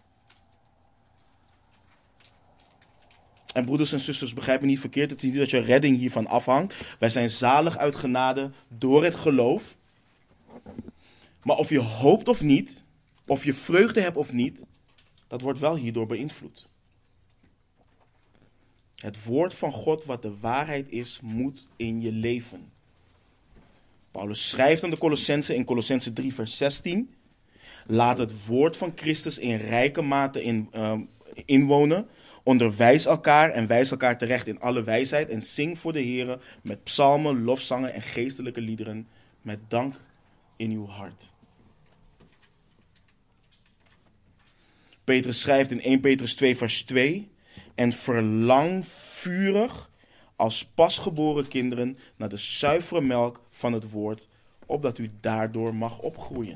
En broeders en zusters, begrijp me niet verkeerd. Het is niet dat je redding hiervan afhangt. Wij zijn zalig uit genade door het geloof. Maar of je hoopt of niet, of je vreugde hebt of niet, dat wordt wel hierdoor beïnvloed. Het woord van God, wat de waarheid is, moet in je leven. Paulus schrijft aan de Colossenzen in Colossenzen 3 vers 16. Laat het woord van Christus in rijke mate inwonen. Onderwijs elkaar en wijs elkaar terecht in alle wijsheid. En zing voor de Here met psalmen, lofzangen en geestelijke liederen. Met dank in uw hart. Petrus schrijft in 1 Petrus 2 vers 2. En verlang vurig als pasgeboren kinderen naar de zuivere melk van het woord, opdat u daardoor mag opgroeien.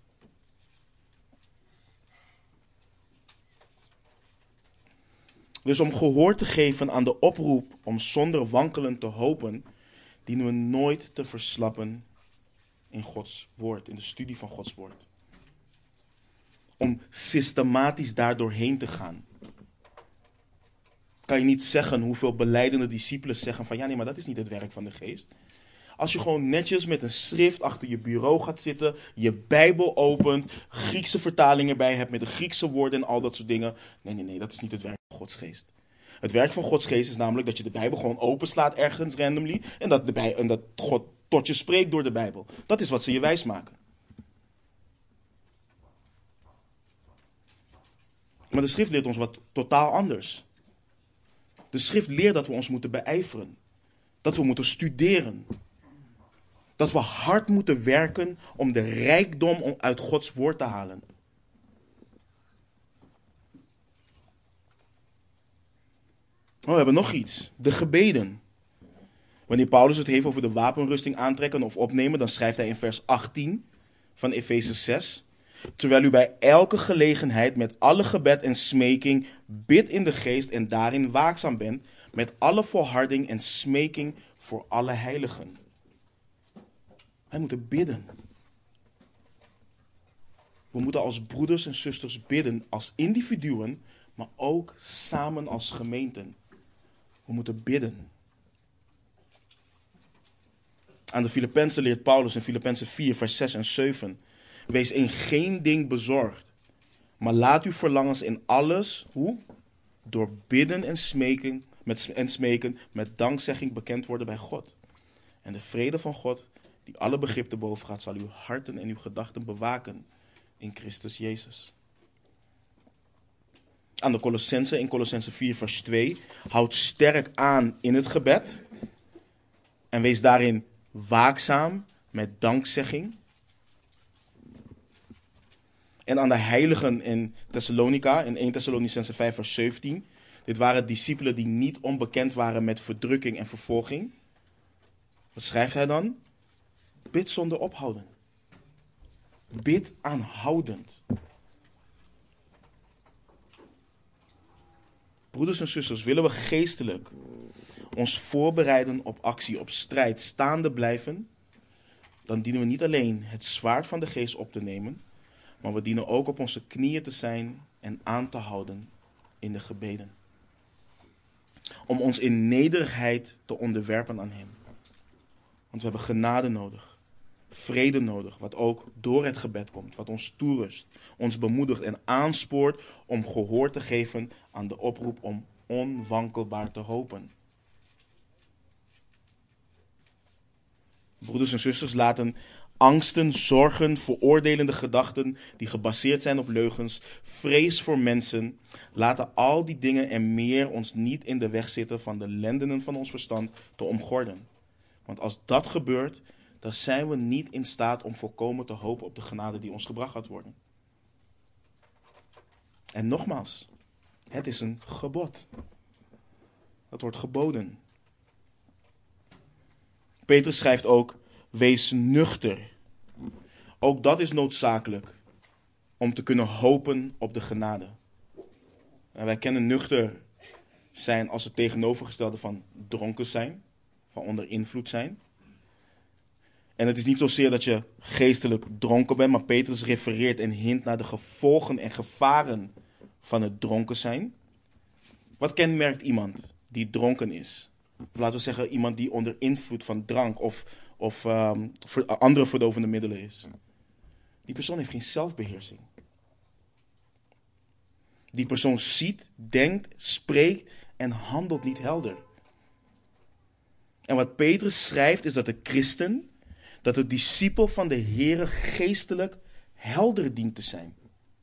Dus om gehoor te geven aan de oproep om zonder wankelen te hopen, dienen we nooit te verslappen in Gods woord, in de studie van Gods woord. Om systematisch daar doorheen te gaan. Kan je niet zeggen hoeveel belijdende discipelen zeggen van ja nee, maar dat is niet het werk van de geest. Als je gewoon netjes met een schrift achter je bureau gaat zitten, je Bijbel opent, Griekse vertalingen bij hebt met de Griekse woorden en al dat soort dingen. Nee, dat is niet het werk van Gods geest. Het werk van Gods geest is namelijk dat je de Bijbel gewoon openslaat ergens randomly en dat God tot je spreekt door de Bijbel. Dat is wat ze je wijsmaken. Maar de schrift leert ons wat totaal anders. De schrift leert dat we ons moeten beijveren. Dat we moeten studeren. Dat we hard moeten werken om de rijkdom uit Gods woord te halen. Oh, we hebben nog iets. De gebeden. Wanneer Paulus het heeft over de wapenrusting aantrekken of opnemen, dan schrijft hij in vers 18 van Efeze 6. Terwijl u bij elke gelegenheid met alle gebed en smeking bidt in de geest en daarin waakzaam bent, met alle volharding en smeking voor alle heiligen. Wij moeten bidden. We moeten als broeders en zusters bidden, als individuen, maar ook samen als gemeenten. We moeten bidden. Aan de Filippenzen leert Paulus in Filippenzen 4 vers 6 en 7. Wees in geen ding bezorgd, maar laat uw verlangens in alles, hoe? Door bidden en smeken met dankzegging bekend worden bij God. En de vrede van God, die alle begrip te boven gaat, zal uw harten en uw gedachten bewaken in Christus Jezus. Aan de Colossenzen in Colossenzen 4 vers 2. Houd sterk aan in het gebed en wees daarin waakzaam met dankzegging. En aan de heiligen in Thessalonica, in 1 Thessalonicenzen 5 vers 17. Dit waren discipelen die niet onbekend waren met verdrukking en vervolging. Wat schrijft hij dan? Bid zonder ophouden. Bid aanhoudend. Broeders en zusters, willen we geestelijk ons voorbereiden op actie, op strijd, staande blijven, dan dienen we niet alleen het zwaard van de geest op te nemen, maar we dienen ook op onze knieën te zijn en aan te houden in de gebeden. Om ons in nederigheid te onderwerpen aan Hem. Want we hebben genade nodig. Vrede nodig, wat ook door het gebed komt. Wat ons toerust, ons bemoedigt en aanspoort om gehoor te geven aan de oproep om onwankelbaar te hopen. Broeders en zusters, laten angsten, zorgen, veroordelende gedachten die gebaseerd zijn op leugens, vrees voor mensen, laten al die dingen en meer ons niet in de weg zitten van de lendenen van ons verstand te omgorden. Want als dat gebeurt, dan zijn we niet in staat om volkomen te hopen op de genade die ons gebracht gaat worden. En nogmaals, het is een gebod. Dat wordt geboden. Petrus schrijft ook, wees nuchter. Ook dat is noodzakelijk om te kunnen hopen op de genade. En wij kennen nuchter zijn als het tegenovergestelde van dronken zijn, van onder invloed zijn. En het is niet zozeer dat je geestelijk dronken bent, maar Petrus refereert en hint naar de gevolgen en gevaren van het dronken zijn. Wat kenmerkt iemand die dronken is? Of laten we zeggen iemand die onder invloed van drank of andere verdovende middelen is. Die persoon heeft geen zelfbeheersing. Die persoon ziet, denkt, spreekt en handelt niet helder. En wat Petrus schrijft is dat de christen, dat de discipel van de Here geestelijk helder dient te zijn.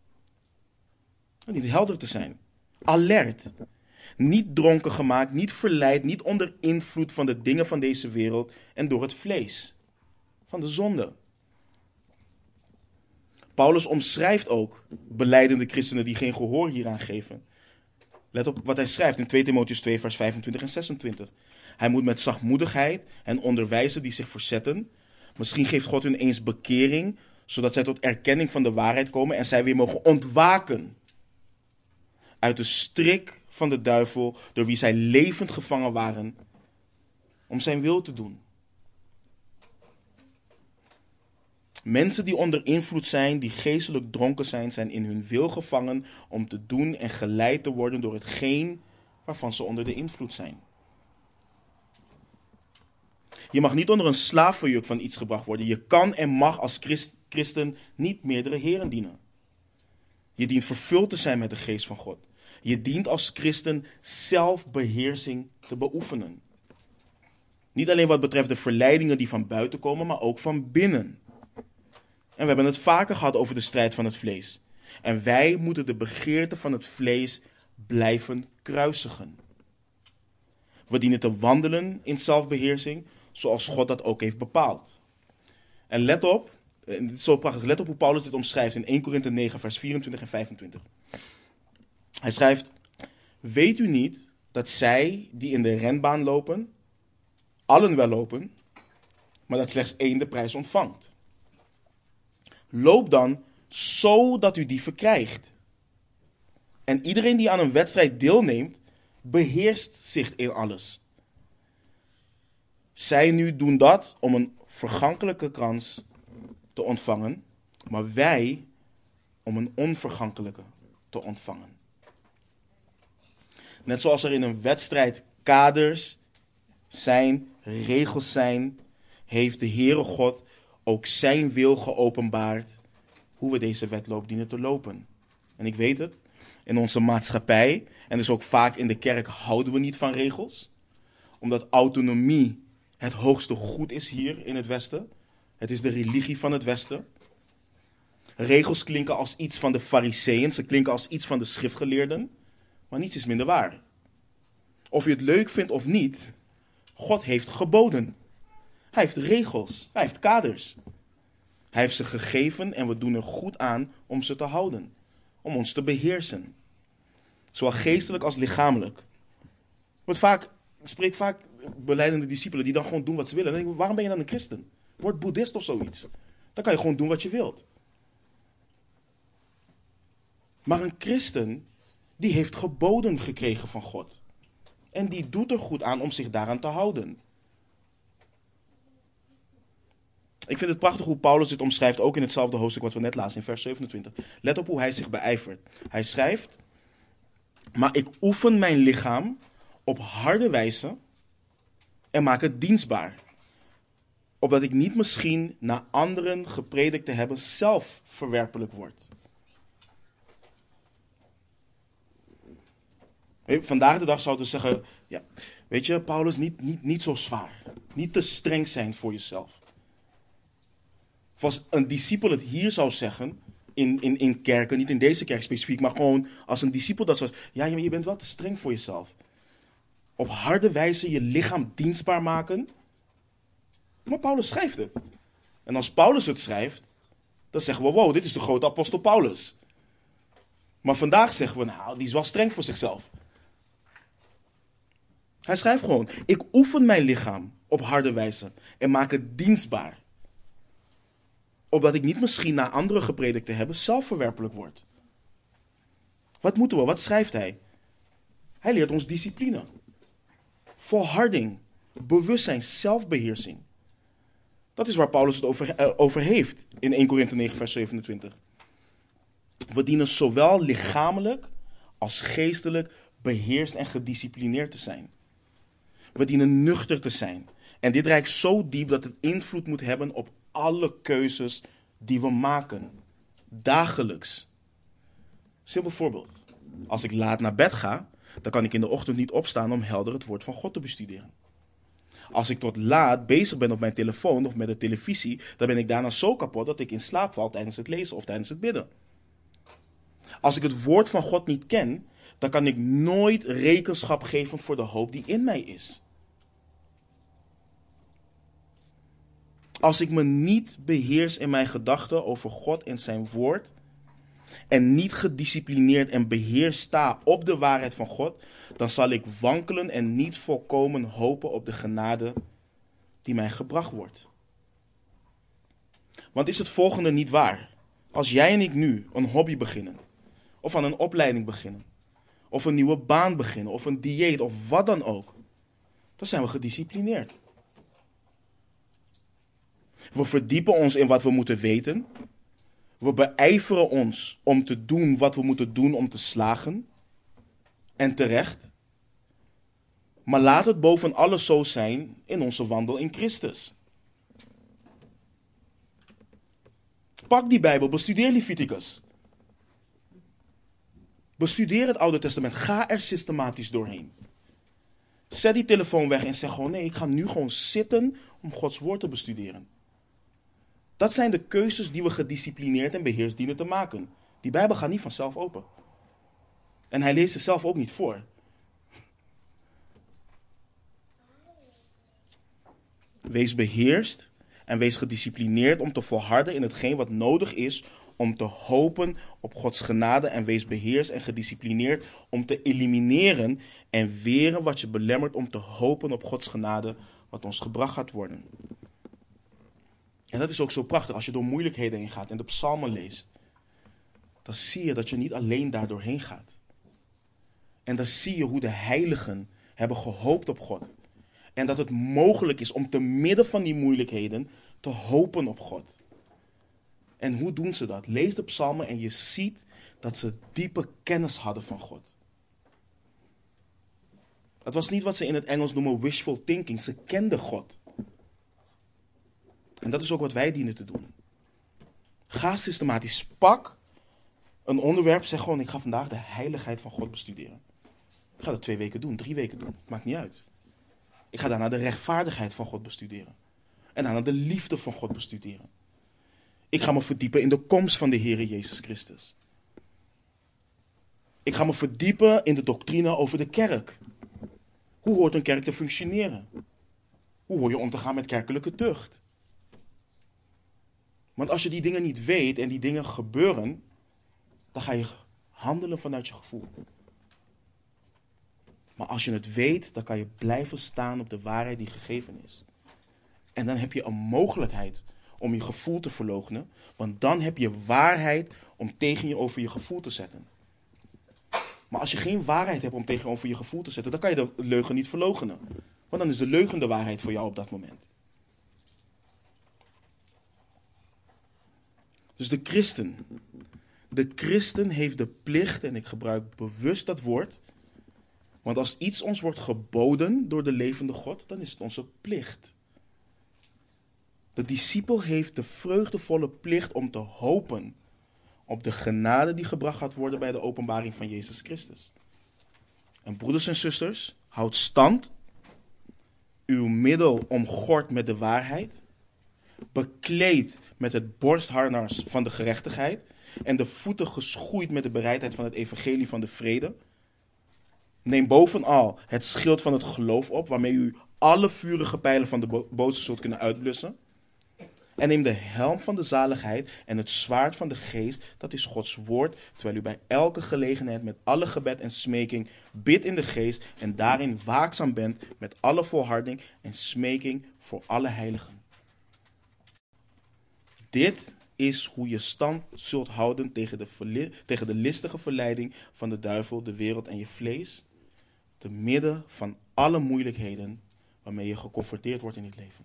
Niet helder te zijn. Alert. Niet dronken gemaakt, niet verleid, niet onder invloed van de dingen van deze wereld en door het vlees. Van de zonde. Paulus omschrijft ook belijdende christenen die geen gehoor hieraan geven. Let op wat hij schrijft in 2 Timotheüs 2 vers 25 en 26. Hij moet met zachtmoedigheid en onderwijzen die zich verzetten. Misschien geeft God hun eens bekering, zodat zij tot erkenning van de waarheid komen en zij weer mogen ontwaken uit de strik van de duivel, door wie zij levend gevangen waren, om zijn wil te doen. Mensen die onder invloed zijn, die geestelijk dronken zijn, zijn in hun wil gevangen om te doen en geleid te worden door hetgeen waarvan ze onder de invloed zijn. Je mag niet onder een slavenjuk van iets gebracht worden. Je kan en mag als christen niet meerdere heren dienen. Je dient vervuld te zijn met de geest van God. Je dient als christen zelfbeheersing te beoefenen. Niet alleen wat betreft de verleidingen die van buiten komen, maar ook van binnen. En we hebben het vaker gehad over de strijd van het vlees. En wij moeten de begeerte van het vlees blijven kruisigen. We dienen te wandelen in zelfbeheersing, zoals God dat ook heeft bepaald. En let op, en dit is zo prachtig, let op hoe Paulus dit omschrijft in 1 Korinthe 9 vers 24 en 25. Hij schrijft, weet u niet dat zij die in de renbaan lopen, allen wel lopen, maar dat slechts één de prijs ontvangt. Loop dan zodat u die verkrijgt. En iedereen die aan een wedstrijd deelneemt, beheerst zich in alles. Zij nu doen dat om een vergankelijke krans te ontvangen, maar wij om een onvergankelijke te ontvangen. Net zoals er in een wedstrijd kaders zijn, regels zijn, heeft de Heere God ook zijn wil geopenbaard hoe we deze wedloop dienen te lopen. En ik weet het, in onze maatschappij, en dus ook vaak in de kerk, houden we niet van regels. Omdat autonomie het hoogste goed is hier in het Westen. Het is de religie van het Westen. Regels klinken als iets van de Farizeeën, ze klinken als iets van de schriftgeleerden, maar niets is minder waar. Of je het leuk vindt of niet, God heeft geboden. Hij heeft regels, hij heeft kaders. Hij heeft ze gegeven en we doen er goed aan om ze te houden. Om ons te beheersen. Zowel geestelijk als lichamelijk. Ik spreek vaak belijdende discipelen die dan gewoon doen wat ze willen. Dan denk ik, waarom ben je dan een christen? Word boeddhist of zoiets. Dan kan je gewoon doen wat je wilt. Maar een christen, die heeft geboden gekregen van God. En die doet er goed aan om zich daaraan te houden. Ik vind het prachtig hoe Paulus dit omschrijft, ook in hetzelfde hoofdstuk wat we net lazen, in vers 27. Let op hoe hij zich beijvert. Hij schrijft, maar ik oefen mijn lichaam op harde wijze en maak het dienstbaar. Opdat ik niet misschien naar anderen gepredikt te hebben zelf verwerpelijk word. Vandaag de dag zouden we zeggen, ja, weet je, Paulus, niet zo zwaar. Niet te streng zijn voor jezelf. Of als een discipel het hier zou zeggen, in kerken, niet in deze kerk specifiek, maar gewoon als een discipel dat zou zeggen, ja, je bent wel te streng voor jezelf. Op harde wijze je lichaam dienstbaar maken. Maar Paulus schrijft het. En als Paulus het schrijft, dan zeggen we, wow, dit is de grote apostel Paulus. Maar vandaag zeggen we, nou, die is wel streng voor zichzelf. Hij schrijft gewoon, ik oefen mijn lichaam op harde wijze en maak het dienstbaar. Opdat ik niet misschien na anderen gepredikt te hebben zelf verwerpelijk word. Wat moeten we? Wat schrijft hij? Hij leert ons discipline. Volharding, bewustzijn, zelfbeheersing. Dat is waar Paulus het over heeft in 1 Korinthe 9 vers 27. We dienen zowel lichamelijk als geestelijk beheerst en gedisciplineerd te zijn. We dienen nuchter te zijn. En dit reikt zo diep dat het invloed moet hebben op alle keuzes die we maken. Dagelijks. Simpel voorbeeld. Als ik laat naar bed ga, dan kan ik in de ochtend niet opstaan om helder het woord van God te bestuderen. Als ik tot laat bezig ben op mijn telefoon of met de televisie, dan ben ik daarna zo kapot dat ik in slaap val tijdens het lezen of tijdens het bidden. Als ik het woord van God niet ken, dan kan ik nooit rekenschap geven voor de hoop die in mij is. Als ik me niet beheers in mijn gedachten over God en zijn woord, en niet gedisciplineerd en beheerst sta op de waarheid van God, dan zal ik wankelen en niet volkomen hopen op de genade die mij gebracht wordt. Want is het volgende niet waar? Als jij en ik nu een hobby beginnen, of aan een opleiding beginnen, of een nieuwe baan beginnen, of een dieet, of wat dan ook, dan zijn we gedisciplineerd. We verdiepen ons in wat we moeten weten. We beijveren ons om te doen wat we moeten doen om te slagen. En terecht. Maar laat het boven alles zo zijn in onze wandel in Christus. Pak die Bijbel, bestudeer Leviticus. Bestudeer het Oude Testament, ga er systematisch doorheen. Zet die telefoon weg en zeg gewoon, nee, ik ga nu gewoon zitten om Gods woord te bestuderen. Dat zijn de keuzes die we gedisciplineerd en beheerst dienen te maken. Die Bijbel gaat niet vanzelf open. En hij leest het zelf ook niet voor. Wees beheerst en wees gedisciplineerd om te volharden in hetgeen wat nodig is om te hopen op Gods genade. En wees beheerst en gedisciplineerd om te elimineren en weren wat je belemmert om te hopen op Gods genade wat ons gebracht gaat worden. En dat is ook zo prachtig als je door moeilijkheden heen gaat en de psalmen leest. Dan zie je dat je niet alleen daar doorheen gaat. En dan zie je hoe de heiligen hebben gehoopt op God. En dat het mogelijk is om te midden van die moeilijkheden te hopen op God. En hoe doen ze dat? Lees de psalmen en je ziet dat ze diepe kennis hadden van God. Dat was niet wat ze in het Engels noemen wishful thinking. Ze kenden God. En dat is ook wat wij dienen te doen. Ga systematisch. Pak een onderwerp. Zeg gewoon, ik ga vandaag de heiligheid van God bestuderen. Ik ga dat 2 weken doen, 3 weken doen. Maakt niet uit. Ik ga daarna de rechtvaardigheid van God bestuderen. En daarna de liefde van God bestuderen. Ik ga me verdiepen in de komst van de Heere Jezus Christus. Ik ga me verdiepen in de doctrine over de kerk. Hoe hoort een kerk te functioneren? Hoe hoor je om te gaan met kerkelijke tucht? Want als je die dingen niet weet en die dingen gebeuren, dan ga je handelen vanuit je gevoel. Maar als je het weet, dan kan je blijven staan op de waarheid die gegeven is. En dan heb je een mogelijkheid om je gevoel te verloochenen, want dan heb je waarheid om over je gevoel te zetten. Maar als je geen waarheid hebt om tegenover je gevoel te zetten, dan kan je de leugen niet verloochenen. Want dan is de leugen de waarheid voor jou op dat moment. Dus de christen heeft de plicht, en ik gebruik bewust dat woord, want als iets ons wordt geboden door de levende God, dan is het onze plicht. De discipel heeft de vreugdevolle plicht om te hopen op de genade die gebracht gaat worden bij de openbaring van Jezus Christus. En broeders en zusters, houd stand, uw middel omgord met de waarheid, bekleed met het borstharnas van de gerechtigheid en de voeten geschoeid met de bereidheid van het evangelie van de vrede. Neem bovenal het schild van het geloof op, waarmee u alle vurige pijlen van de boze zult kunnen uitblussen. En neem de helm van de zaligheid en het zwaard van de geest, dat is Gods woord, terwijl u bij elke gelegenheid met alle gebed en smeking bidt in de geest en daarin waakzaam bent met alle volharding en smeking voor alle heiligen. Dit is hoe je stand zult houden tegen de listige verleiding van de duivel, de wereld en je vlees, te midden van alle moeilijkheden waarmee je geconfronteerd wordt in het leven.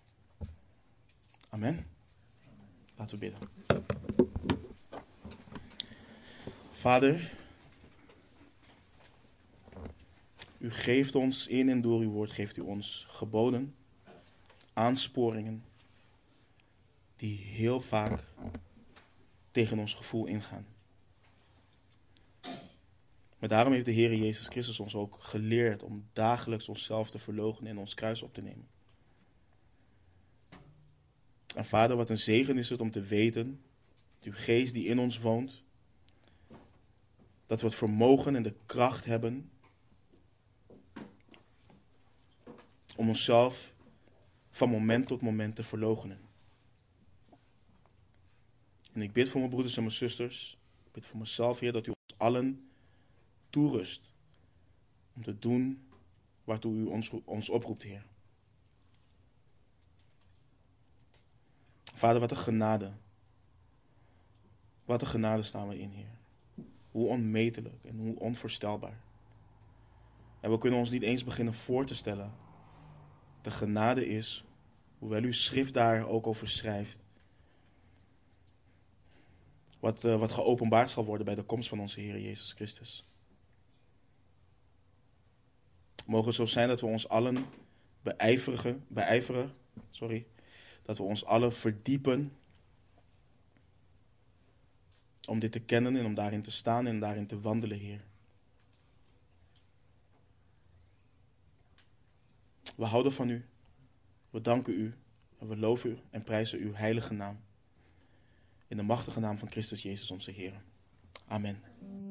Amen. Laten we bidden. Vader, u geeft ons in en door uw woord, geeft u ons geboden, aansporingen, die heel vaak tegen ons gevoel ingaan. Maar daarom heeft de Heer Jezus Christus ons ook geleerd om dagelijks onszelf te verloochenen en ons kruis op te nemen. En Vader, wat een zegen is het om te weten, dat uw geest die in ons woont, dat we het vermogen en de kracht hebben om onszelf van moment tot moment te verloochenen. En ik bid voor mijn broeders en mijn zusters, ik bid voor mezelf, Heer, dat u ons allen toerust om te doen waartoe u ons oproept, Heer. Vader, wat een genade. Wat een genade staan we in, Heer. Hoe onmetelijk en hoe onvoorstelbaar. En we kunnen ons niet eens beginnen voor te stellen. De genade is, hoewel uw schrift daar ook over schrijft, wat geopenbaard zal worden bij de komst van onze Heer Jezus Christus. Mogen het zo zijn dat we ons allen beijveren, dat we ons allen verdiepen om dit te kennen en om daarin te staan en daarin te wandelen, Heer. We houden van u, we danken u en we loven u en prijzen uw heilige naam. In de machtige naam van Christus Jezus onze Heer. Amen.